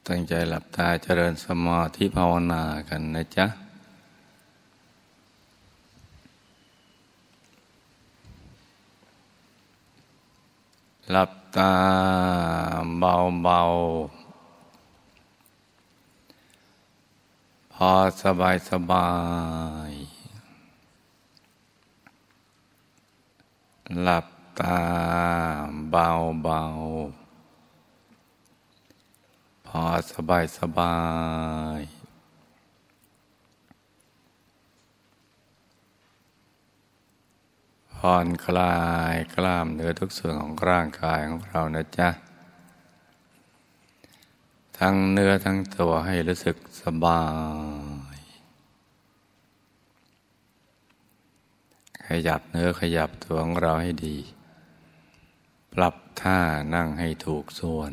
ตั้งใจหลับตาเจริญสมาธิภาวนากันนะจ๊ะหลับตาเบาๆพอสบายหลับตาเบาๆพอสบายผ่อนคลายกล้ามเนื้อทุกส่วนของร่างกายของเรานะจ๊ะทั้งเนื้อทั้งตัวให้รู้สึกสบายขยับเนื้อขยับตัวของเราให้ดีปรับท่านั่งให้ถูกส่วน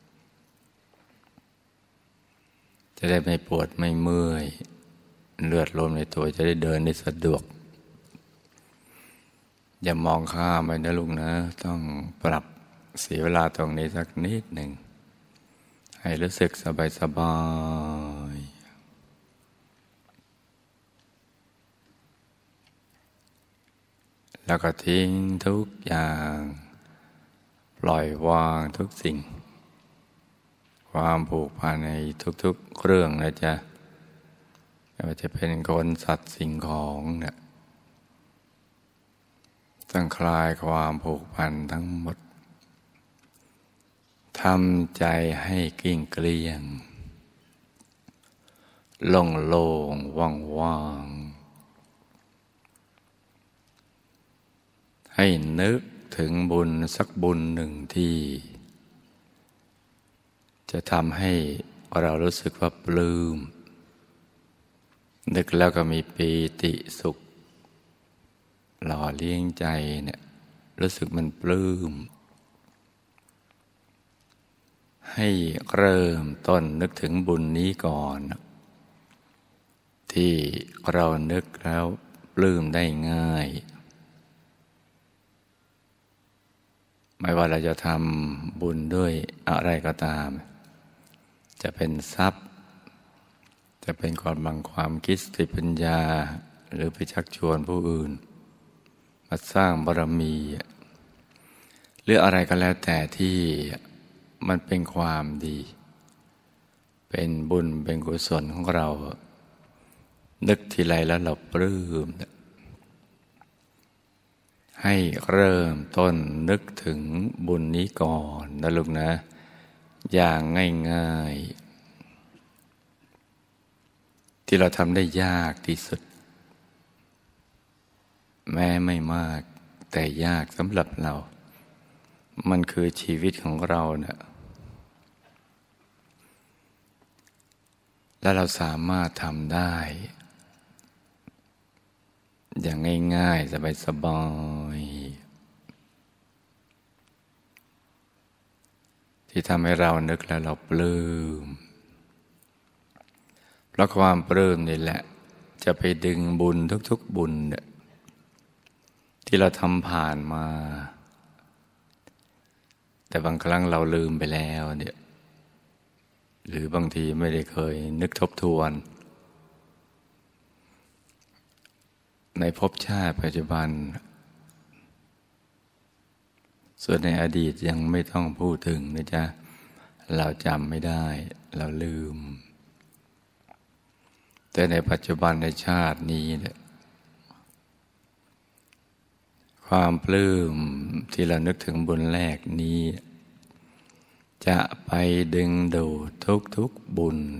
จะได้ไม่ปวดไม่เมื่อยเลือดลมในตัวจะได้เดินได้สะดวกอย่ามองข้ามไปนะลูกนะต้องปรับเสียเวลาตรงนี้สักนิดหนึ่งให้รู้สึกสบายแล้วก็ทิ้งทุกอย่างปล่อยวางทุกสิ่งความผูกพันในทุกๆเรื่องนะจ๊ะไม่ว่าจะเป็นคนสัตว์สิ่งของเนี่ยต้องคลายความผูกพันทั้งหมดทำใจให้เกลี้ยงเกลี้ยงโล่งว่างให้นึกถึงบุญสักบุญหนึ่งที่จะทำให้เรารู้สึกว่าปลื้มนึกแล้วก็มีปีติสุขหล่อเลี้ยงใจเนี่ยรู้สึกมันปลื้มให้เริ่มต้นนึกถึงบุญนี้ก่อนที่เรานึกแล้วปลื้มได้ง่ายไม่ว่าเราจะทำบุญด้วยอะไรก็ตามจะเป็นทรัพย์จะเป็นกำลังความคิดสติปัญญาหรือไปชักชวนผู้อื่นมาสร้างบารมีหรืออะไรก็แล้วแต่ที่มันเป็นความดีเป็นบุญเป็นกุศลของเรานึกทีไรแล้วเราปลื้มให้เริ่มต้นนึกถึงบุญนี้ก่อนนะลูกนะอย่างง่ายๆที่เราทำได้ยากที่สุดแม้ไม่มากแต่ยากสำหรับเรามันคือชีวิตของเราเนี่ยและเราสามารถทำได้อย่างง่ายๆสบายๆที่ทำให้เรานึกแล้วเราปลื้มเพราะความปลื้มนี่แหละจะไปดึงบุญทุกๆบุญเนี่ยที่เราทำผ่านมาแต่บางครั้งเราลืมไปแล้วเนี่ยหรือบางทีไม่ได้เคยนึกทบทวนในภพชาติปัจจุบันส่วนในอดีตยังไม่ต้องพูดถึงนะจ๊ะเราจำไม่ได้เราลืมแต่ในปัจจุบันในชาตินี้เนี่ยความปลื้มที่เรานึกถึงบุญแรกนี้จะไปดึงดูดทุกบุญ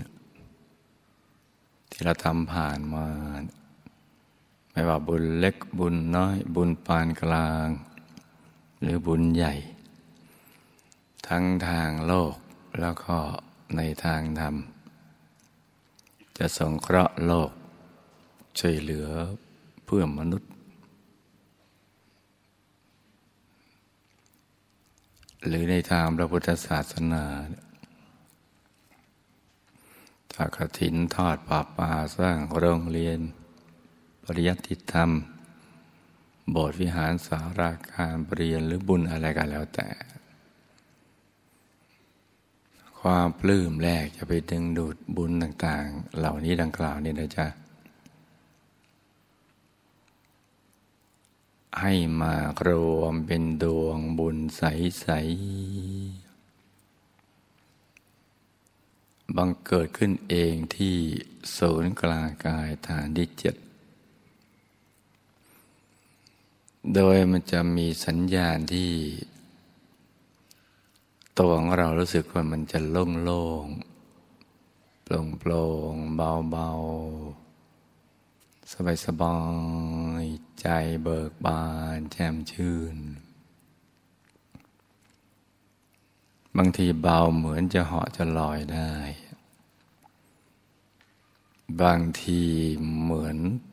ที่เราทำผ่านมาไม่ว่าบุญเล็กบุญน้อยบุญปานกลางหรือบุญใหญ่ทั้งทางโลกแล้วก็ในทางธรรมจะสงเคราะห์โลกช่วยเหลือเพื่อมนุษย์หรือในทางพระพุทธศาสนาทอดกฐินทอดผ้าป่าสร้างโรงเรียนปริยัติธรรมโบสถ์วิหารสาราการประเรียนหรือบุญอะไรก็แล้วแต่คความปลื้มแรกจะไปดึงดูดบุญต่างๆเหล่านี้ดังกล่าวนี่นะจ๊ะให้มารวมเป็นดวงบุญใสๆบังเกิดขึ้นเองที่ศูนย์กลางกายฐานที่7โดยมันจะมีสัญญาณที่ตัวของเรารู้สึกว่ามันจะโล่งๆโปร่งๆเบาๆสบายๆใจเบิกบานแจ่มชื่นบางทีเบาเหมือนจะเหาะจะลอยได้บางทีเหมือน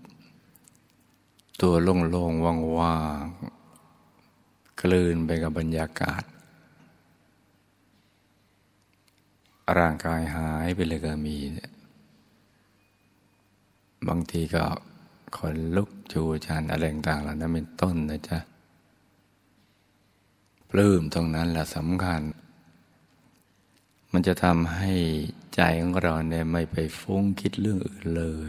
ตัวโล่งๆว่างๆกลืนไปกับบรรยากาศร่างกายหายไปเลยก็มีบางทีก็ขนลุกชูชันอะไรต่างๆเหล่านั้นเป็นต้นนะจ๊ะปลื้มตรงนั้นแหละสำคัญมันจะทำให้ใจของเราเนี่ยไม่ไปฟุ้งคิดเรื่องอื่นเลย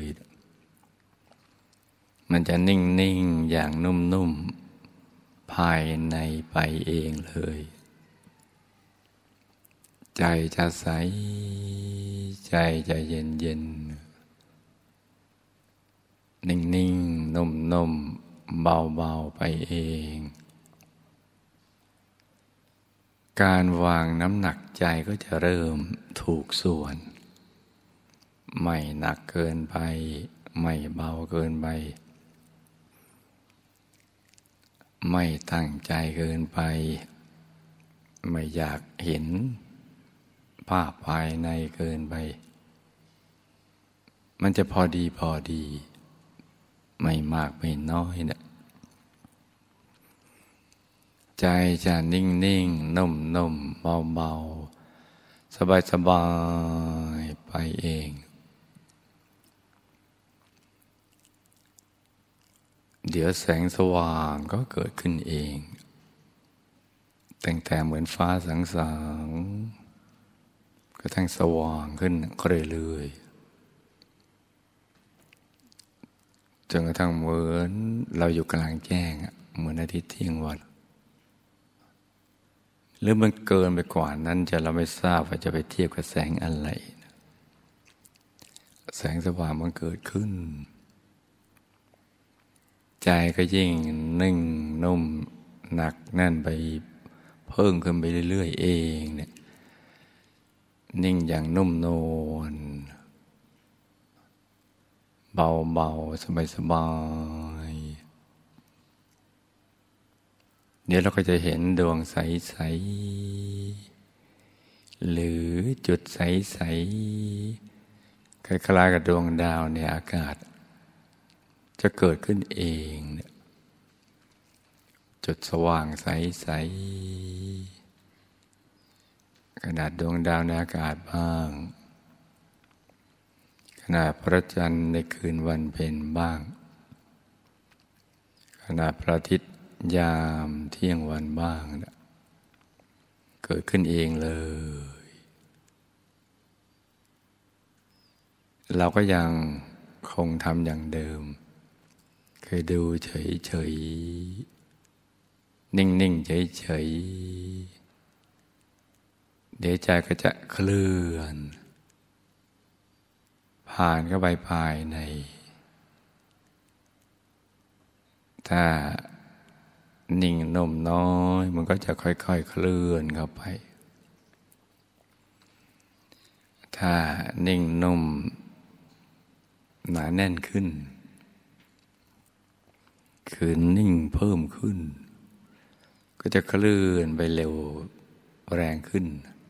มันจะนิ่งๆอย่างนุ่มๆภายในไปเองเลยใจจะใสใจจะเย็นๆนิ่งๆนุ่มๆเบาๆไปเองการวางน้ำหนักใจก็จะเริ่มถูกส่วนไม่หนักเกินไปไม่เบาเกินไปไม่ตั้งใจเกินไปไม่อยากเห็นภาพภายในเกินไปมันจะพอดีไม่มากไม่น้อยนะใจจะนิ่งนุ่มเบาสบายไปเองเดี๋ยวแสงสว่างก็เกิดขึ้นเองแต่เหมือนฟ้าสางๆกระทั่งสว่างขึ้นเรื่อยๆจนกระทั่งเหมือนเราอยู่กลางแจ้งเหมือนอาทิตย์เที่ยงวันหรือมันเกินไปกว่านั้นเราไม่ทราบว่าจะไปเทียบกับแสงอะไรแสงสว่างมันเกิดขึ้นใจก็ยิ่งนิ่งนุ่มหนักแน่นไปเพิ่มขึ้นไปเรื่อยๆเองเนี่ยนิ่งอย่างนุ่มนวลเบาๆสบายๆเดี๋ยวเราก็จะเห็นดวงใสๆหรือจุดใสๆคล้ายๆกับดวงดาวในอากาศจะเกิดขึ้นเองจุดสว่างใสๆขนาดดวงดาวในอากาศบ้างขนาดพระจันทร์ในคืนวันเพ็ญบ้างขนาดพระอาทิตย์ยามเที่ยงวันบ้างเกิดขึ้นเองเลยเราก็ยังคงทำอย่างเดิมเคยดูเฉยๆนิ่งๆเฉยๆเดี๋ยวใจก็จะเคลื่อนผ่านเข้าไปภายในถ้านิ่งนุ่มน้อยมันก็จะค่อยๆเคลื่อนเข้าไปถ้านิ่งนุ่มหนาแน่นขึ้นคือนิ่งเพิ่มขึ้นก็จะเคลื่อนไปเร็วแรงขึ้น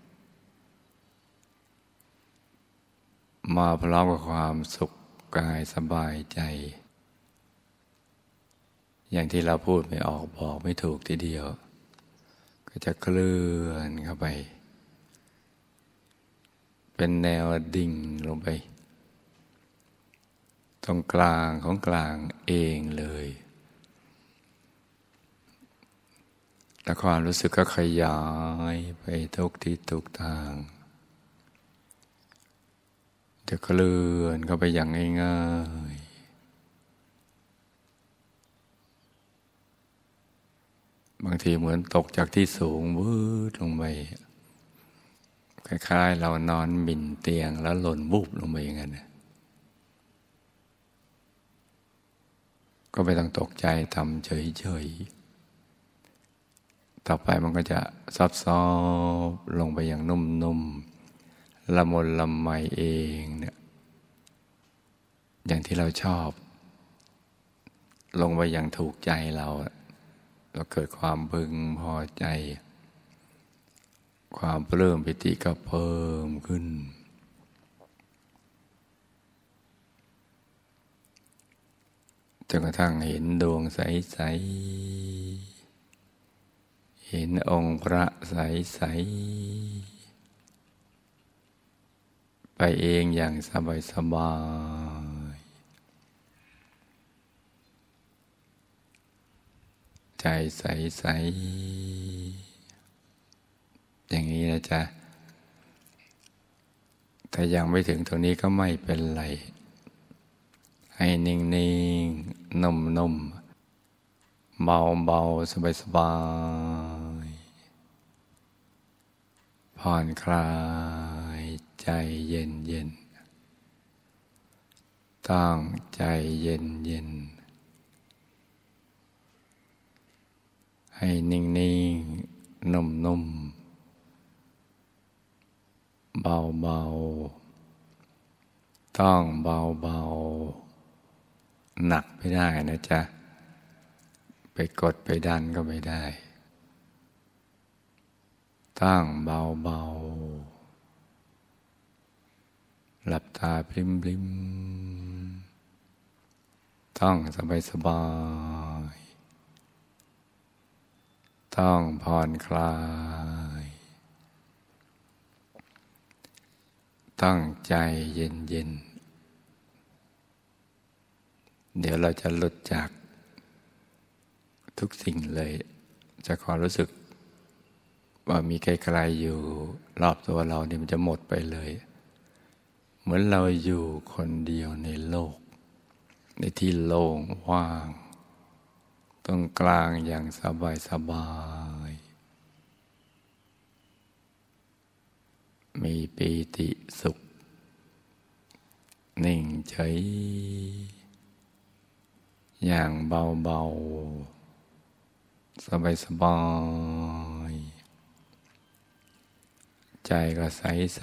มาพร้อมกับความสุขกายสบายใจอย่างที่เราพูดไม่ออกบอกไม่ถูกทีเดียวก็จะเคลื่อนเข้าไปเป็นแนวดิ่งลงไปตรงกลางของกลางเองเลยแต่ความรู้สึกก็ขยายไปทุกทิศทุกทางจะเคลื่อนเข้าไปอย่างง่ายๆบางทีเหมือนตกจากที่สูงวืดลงไปคล้ายๆเรานอนบิ่นเตียงแล้วหล่นวูบลงไปอย่างนั้นก็ไม่ต้องตกใจทำเฉยๆต่อไปมันก็จะซอบๆลงไปอย่างนุ่มๆละมุนละไมเองเนี่ยอย่างที่เราชอบลงไปอย่างถูกใจเราเกิดความพึงพอใจความปลื้มปิติก็เพิ่มขึ้นจนกระทั่งเห็นดวงใสๆเห็นองค์พระใสๆไปเองอย่างสบายๆใจใสๆอย่างนี้นะจ๊ะถ้ายังไม่ถึงตรงนี้ก็ไม่เป็นไรให้นิ่งๆนุ่มๆเบาๆสบายๆผ่อนคลายใจเย็นๆตั้งใจเย็นๆให้นิ่งๆนุ่มๆเบาๆต้องเบาๆหนักไม่ได้นะจ๊ะไปกดไปดันก็ไม่ได้ตั้งเบาๆหลับตาพริมๆต้องสบายต้องผ่อนคลายตั้งใจเย็นๆเดี๋ยวเราจะหลุดจากทุกสิ่งเลยจะความรู้สึกว่ามีไกลๆอยู่รอบตัวเราเนี่ยมันจะหมดไปเลยเหมือนเราอยู่คนเดียวในโลกในที่โล่งว่างตรงกลางอย่างสบายมีปีติสุขนิ่งเฉยอย่างเบาๆสบายใจก็ใส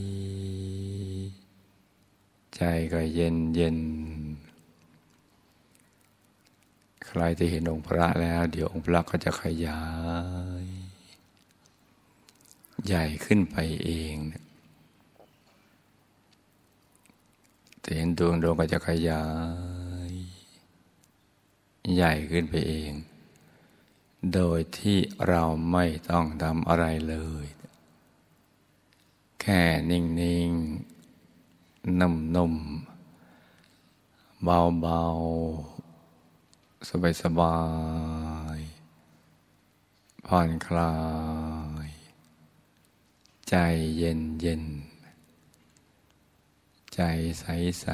ๆใจก็เย็นใครที่เห็นองค์พระแล้วเดี๋ยวองค์พระก็จะขยายใหญ่ขึ้นไปเองแต่เห็นดวงก็จะขยายใหญ่ขึ้นไปเองโดยที่เราไม่ต้องทำอะไรเลยแค่นิ่งๆนุ่มๆเบาๆสบายๆผ่อนคลายใจเย็นๆใจใส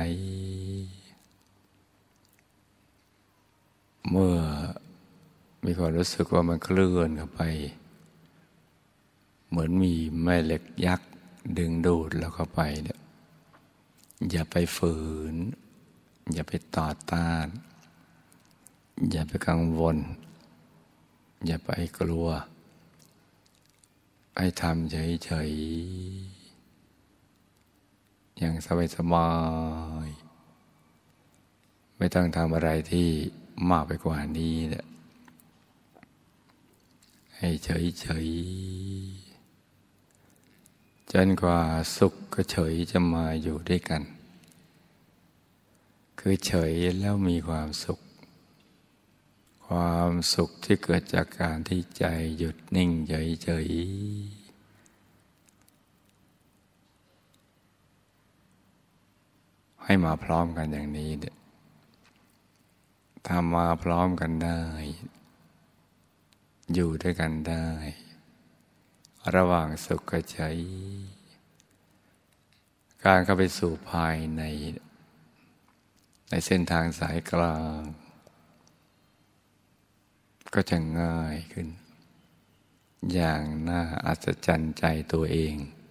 ๆเมื่อมีความรู้สึกว่ามันเคลื่อนเข้าไปเหมือนมีแม่เหล็กยักษ์ดึงดูดแล้วเข้าไปเนี่ยอย่าไปฝืนอย่าไปต่อต้านอย่าไปกังวลอย่าไปกลัวให้ทำเฉยๆอย่างสบายๆไม่ต้องทำอะไรที่มากไปกว่านี้แหละให้เฉยๆจนกว่าสุขกับเฉยจะมาอยู่ด้วยกันคือเฉยแล้วมีความสุขความสุขที่เกิดจากการที่ใจหยุดนิ่งเฉยๆให้มาพร้อมกันอย่างนี้ถ้ามาพร้อมกันได้อยู่ด้วยกันได้ระหว่างสุขกับเฉยการเข้าไปสู่ภายในเส้นทางสายกลาง ก็จะง่ายขึ้น อย่างน่าอัศจรรย์ใจตัวเอง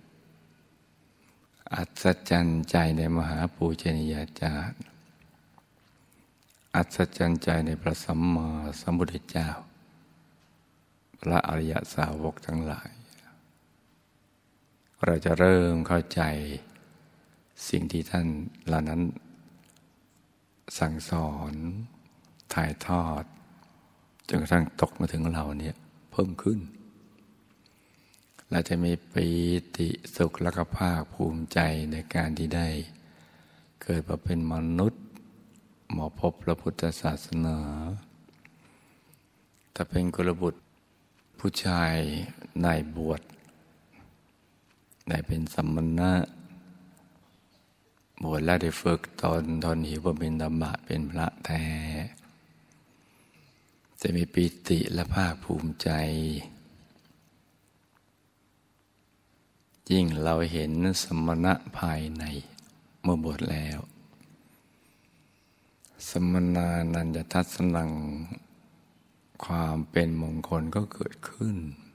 อัศจรรย์ใจในมหาปูชนียาจารย์อัศจรรย์ใจในพระสัมมาสัมพุทธเจ้าพระอริยสาวกทั้งหลาย เราจะเริ่มเข้าใจสิ่งที่ท่านเหล่านั้นสั่งสอนถ่ายทอดจนกระทั่งตกมาถึงเราเนี่ยเพิ่มขึ้นเราจะมีปีติสุขและก็ภาคภูมิใจในการที่ได้เกิดมาเป็นมนุษย์มาพบพระพุทธศาสนาถ้าเป็นกุลบุตรผู้ชายนายบวชได้เป็นสัมมณะบวชแล้วได้ฝึกตนหิวบำเพ็ญธรรมะเป็นพระแท้จะมีปีติและภาคภูมิใจยิ่งเราเห็นสมณะภายในเมื่อบวชแล้วสมณานัญญทัศนังความเป็นมงคลก็เกิดขึ้น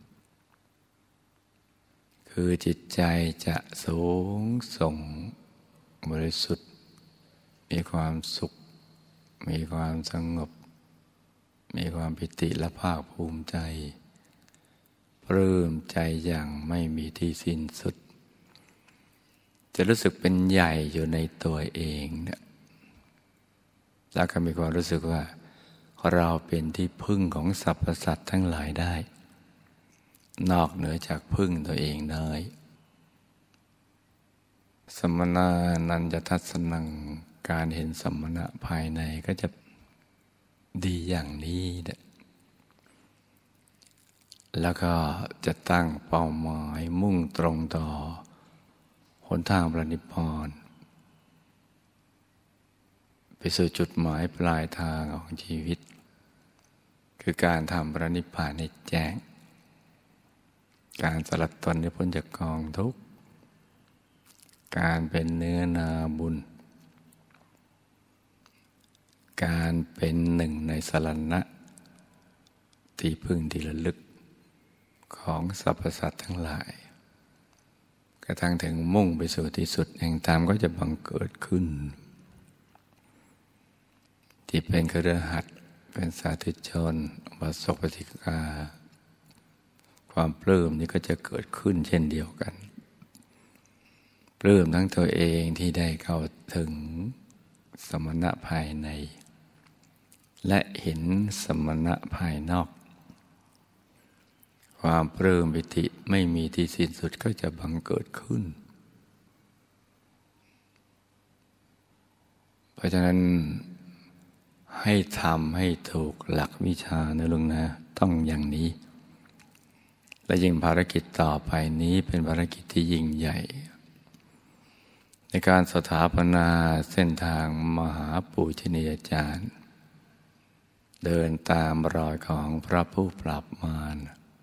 คือจิตใจจะสูงส่งบริสุทธิ์มีความสุขมีความสงบมีความปิติและภาคภูมิใจปลื้มใจอย่างไม่มีที่สิ้นสุดจะรู้สึกเป็นใหญ่อยู่ในตัวเองเนี่ยแล้วก็มีความรู้สึกว่าเราเป็นที่พึ่งของสรรพสัตว์ทั้งหลายได้นอกเหนือจากพึ่งตัวเองได้สมณานัญญทัศนังการเห็นสมณะภายในก็จะดีอย่างนี้แหละแล้วก็จะตั้งเป้าหมายมุ่งตรงต่อหนทางพระนิพพานไปสู่จุดหมายปลายทางของชีวิตคือการทำพระนิพพานให้แจ้งการสลัดตนให้พ้นจากกองทุกข์การเป็นเนื้อนาบุญการเป็นหนึ่งในสรณะที่พึ่งที่ระลึกของสรรพสัตว์ทั้งหลายกระทั่งถึงมุ่งไปสู่ที่สุดแห่งธรรมก็จะบังเกิดขึ้นที่เป็นคฤหัสถ์เป็นสาธุชนอุบาสกอุบาสิกาความปลื้มนี้ก็จะเกิดขึ้นเช่นเดียวกันปลื้มทั้งตัวเองที่ได้เข้าถึงสมณะภายในและเห็นสมณะภายนอกความปลื้มปิติไม่มีที่สิ้นสุดก็จะบังเกิดขึ้นเพราะฉะนั้นให้ทำให้ถูกหลักวิชานะลุงนะต้องอย่างนี้และยิ่งภารกิจต่อไปนี้เป็นภารกิจที่ยิ่งใหญ่ในการสถาปนาเส้นทางมหาปูชนียาจารย์เดินตามรอยของพระผู้ปราบมาร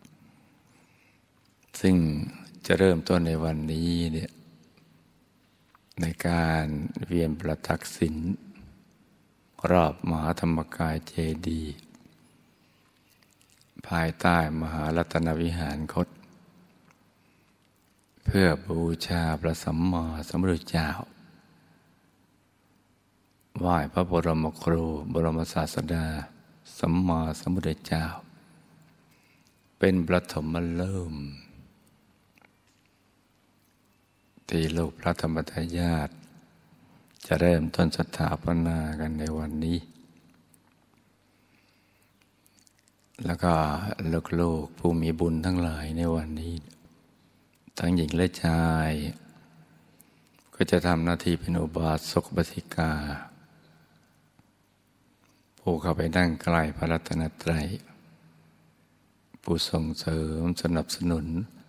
ซึ่งจะเริ่มต้นในวันนี้เนี่ยในการเวียนประทักษิณรอบมหาธรรมกายเจดีย์ภายใต้มหารัตนวิหารคตเพื่อบูชาพระสัมมาสัมพุทธเจ้าไหว้พระบรมครูบรมศาสดาสัมมาสัมพุทธเจ้าเป็นประถมฤกษ์ที่ลูกพระธรรมทายาทจะเริ่มต้นสถาปนากันในวันนี้แล้วก็ลูกๆผู้มีบุญทั้งหลายในวันนี้ทั้งหญิงและชายก็จะทำหน้าที่เป็นอุบาสกอุบาสิกาผู้เข้าไปนั่งใกล้พระรัตนตรัยผู้ส่งเสริมสนับสนุน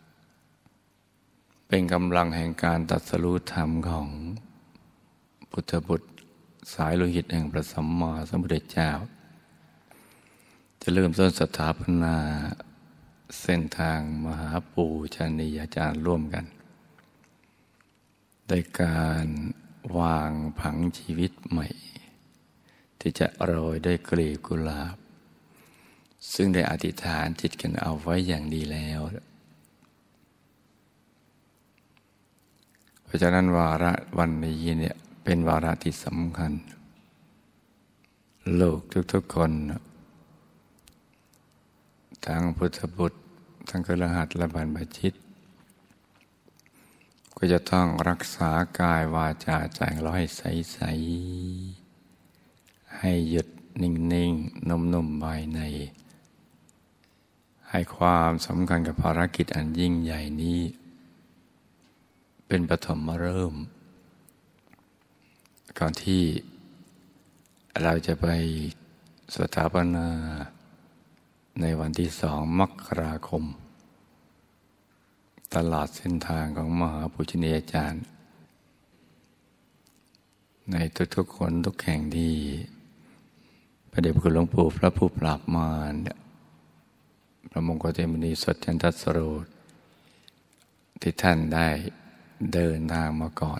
เป็นกำลังแห่งการตรัสรู้ธรรมของพุทธบุตรสายโลหิตแห่งพระสัมมาสัมพุทธเจ้าจะเริ่มต้นสถาปนาเส้นทางมหาปูชนียาจารย์ร่วมกันโดยการวางผังชีวิตใหม่ที่จะโรยด้วยกลีบกุหลาบซึ่งได้อธิษฐานจิตกันเอาไว้อย่างดีแล้วเพราะฉะนั้นวาระวันนี้เนี่ยเป็นวาระที่สำคัญลูกทุกๆคนทั้งพุทธบุตรทั้งคฤหัสถ์และบรรพชิตก็จะต้องรักษากายวาจาใจเราให้ใสๆให้หยุดนิ่งๆนุ่มๆภายในให้ความสำคัญกับภารกิจอันยิ่งใหญ่นี้เป็นปฐมฤกษ์ก่อนที่เราจะไปสถาปนาในวันที่2 มกราคมตลอดเส้นทางของมหาปูชนียาจารย์ในทุกๆคนทุกแห่งที่พระเดชพระคุณหลวงปู่พระผู้ปราบมารพระมงคลเทมุนีสดจันทสโรที่ท่านได้เดินทางมาก่อน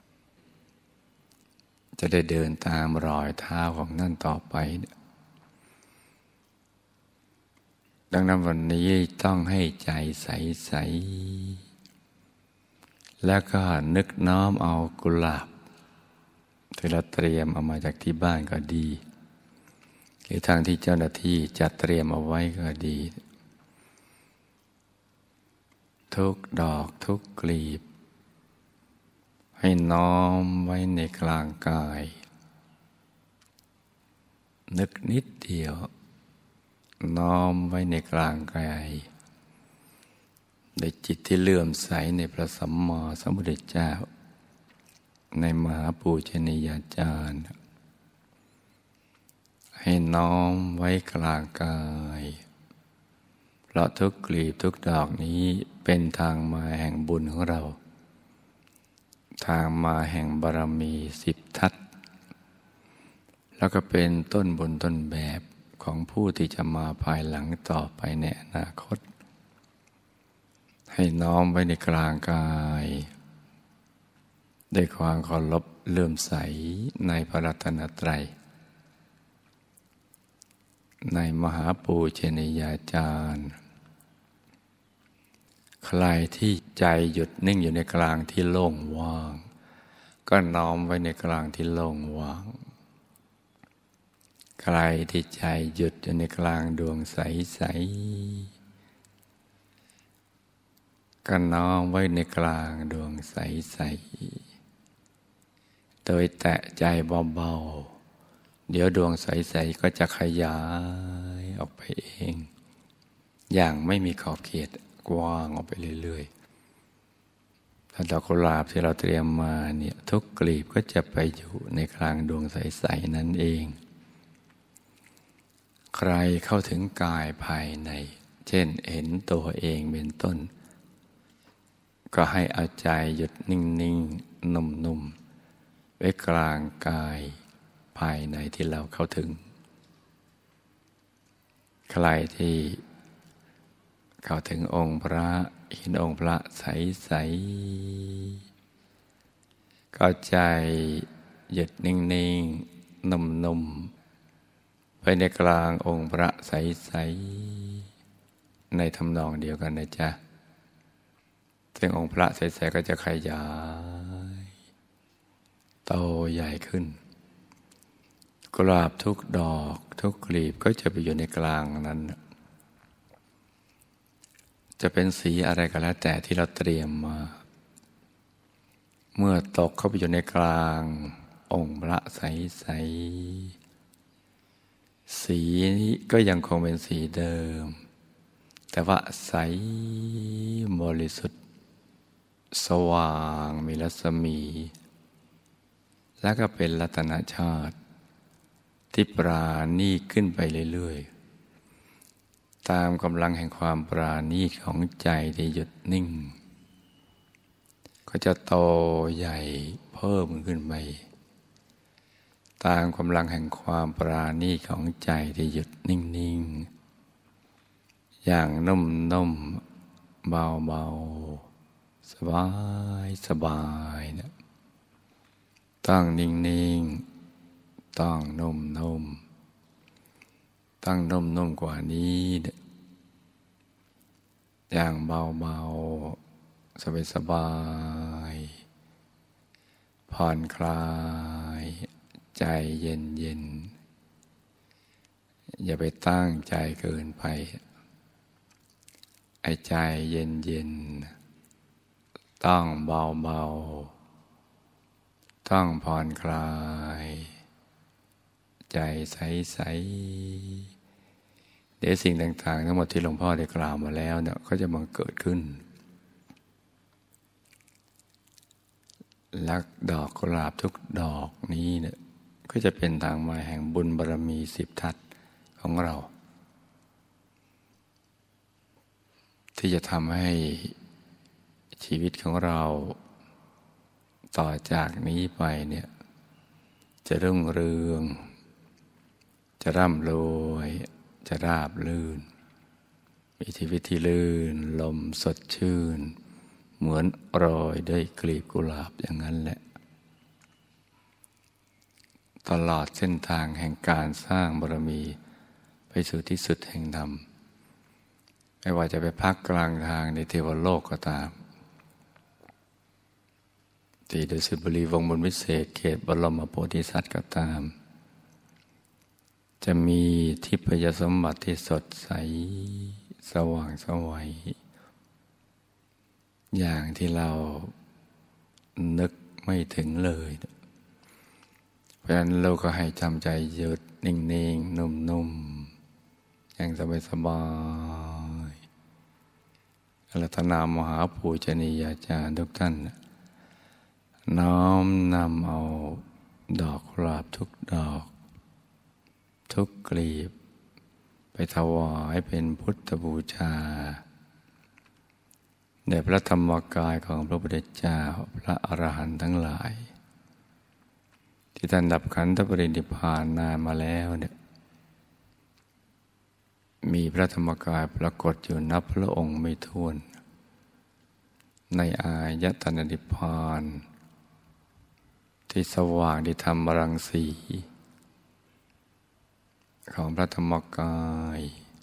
จะได้เดินตามรอยเท้าของนั่นต่อไปดังนั้นวันนี้ต้องให้ใจใสๆแล้วก็นึกน้อมเอากุหลาบที่เราเตรียมเอามาจากที่บ้านก็ดีหรือทางที่เจ้าหน้าที่จัดเตรียมเอาไว้ก็ดีทุกดอกทุกกลีบให้น้อมไว้ในกลางกายนึกนิดเดียวน้อมไว้ในกลางกายด้วยจิตที่เลื่อมใสในพระสัมมาสัมพุทธเจ้าในมหาปูชนียาจารย์ให้น้อมไว้กลางกายเพราะทุกกลีบทุกดอกนี้เป็นทางมาแห่งบุญของเราทางมาแห่งบารมี10 ทัศแล้วก็เป็นต้นบุญต้นแบบของผู้ที่จะมาภายหลังต่อไปในอนาคตให้น้อมไว้ในกลางกายด้วยความเคารพเลื่อมใสในพระรัตนตรัยในมหาปูชนียาจารย์ใครที่ใจหยุดนิ่งอยู่ในกลางที่โล่งว่างก็น้อมไว้ในกลางที่โล่งว่างใครที่ใจหยุดอยู่ในกลางดวงใสๆก็น้อมไว้ในกลางดวงใสๆโดยแตะใจเบาๆเดี๋ยวดวงใสๆก็จะขยายออกไปเองอย่างไม่มีขอบเขตกว้างออกไปเรื่อยๆถ้าดอกกุหลาบที่เราเตรียมมาเนี่ยทุกกลีบก็จะไปอยู่ในกลางดวงใสๆนั่นเองใครเข้าถึงกายภายในเช่นเห็นตัวเองเป็นต้นก็ให้เอาใจหยุดนิ่งๆนุ่มๆไว้กลางกายภายในที่เราเข้าถึงใครที่เข้าถึงองค์พระเห็นองค์พระใสๆก็ใจหยุดนิ่งๆนุ่มๆไปในกลางองค์พระใสๆในทำนองเดียวกันนะจ๊ะซึ่งองค์พระใสๆก็จะขยายโตใหญ่ขึ้นกุหลาบทุกดอกทุกกลีบก็จะไปอยู่ในกลางนั้นจะเป็นสีอะไรก็แล้วแต่ที่เราเตรียมมาเมื่อตกเข้าไปอยู่ในกลางองค์พระใสๆสีนี้ก็ยังคงเป็นสีเดิมแต่ว่าใสบริสุทธิ์สว่างมีรัศมีแล้วก็เป็นรัตนชาติที่ปราณีตขึ้นไปเรื่อยๆตามกำลังแห่งความปราณีตของใจที่หยุดนิ่งก็จะโตใหญ่เพิ่มขึ้นไปตามกำลังแห่งความปราณีตของใจที่หยุดนิ่งๆอย่างนุ่มๆเบาๆสบายสบายนะต้องนิ่งๆต้องนุ่มๆต้องนุ่มๆกว่านี้นะอย่างเบาๆสบายๆผ่อนคลายใจเย็นๆอย่าไปตั้งใจเกินไปไอ้ใจเย็นๆต้องเบาๆต้องผ่อนคลายใจใสๆเดี๋ยวสิ่งต่างๆทั้งหมดที่หลวงพ่อได้กล่าวมาแล้วเนี่ยก็จะบังเกิดขึ้นลักดอกกุหลาบทุกดอกนี้เนี่ยก็จะเป็นทางมาแห่งบุญบารมี10 ทัศของเราที่จะทำให้ชีวิตของเราต่อจากนี้ไปเนี่ยจะรุ่งเรืองจะร่ำรวยจะราบรื่นมีชีวิตที่ลื่นลมสดชื่นเหมือนโรยด้วยกลีบกุหลาบอย่างนั้นแหละตลอดเส้นทางแห่งการสร้างบารมีไปสู่ที่สุดแห่งธรรมไม่ว่าจะไปพักกลางทางในเทวโลกก็ตามที่ดุสิตบุรีวงศ์บุญวิเศษเขตบรมโพธิสัตว์ก็ตามจะมีทิพยสมบัติที่สดใสสว่างไสวอย่างที่เรานึกไม่ถึงเลยเพราะฉะนั้นเราก็ให้จำใจหยุดนิ่งๆนุ่มๆอย่างสบายๆอาราธนามหาปูชนียาจารย์ทุกท่านน้อมนำเอาดอกกุหลาบทุกดอกทุกกลีบไปถวายเป็นพุทธบูชาแด่พระธรรมกายของพระพุทธเจ้าพระอรหันต์ทั้งหลายที่ท่านดับขันธปรินิพพานนานมาแล้วเนี่ยมีพระธรรมกายปรากฏอยู่นับพระองค์ไม่ถ้วนในอายตนะนิพพานที่สว่างที่ธรรมรังสีของพระธรรมกาย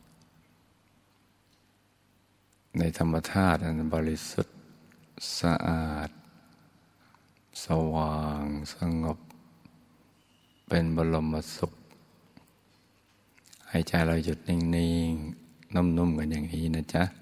ในธรรมธาตุอันบริสุทธิ์สะอาดสว่างสงบเป็นบรมสุขให้ใจเราหยุดนิ่งๆนุ่มๆกันอย่างนี้นะจ๊ะ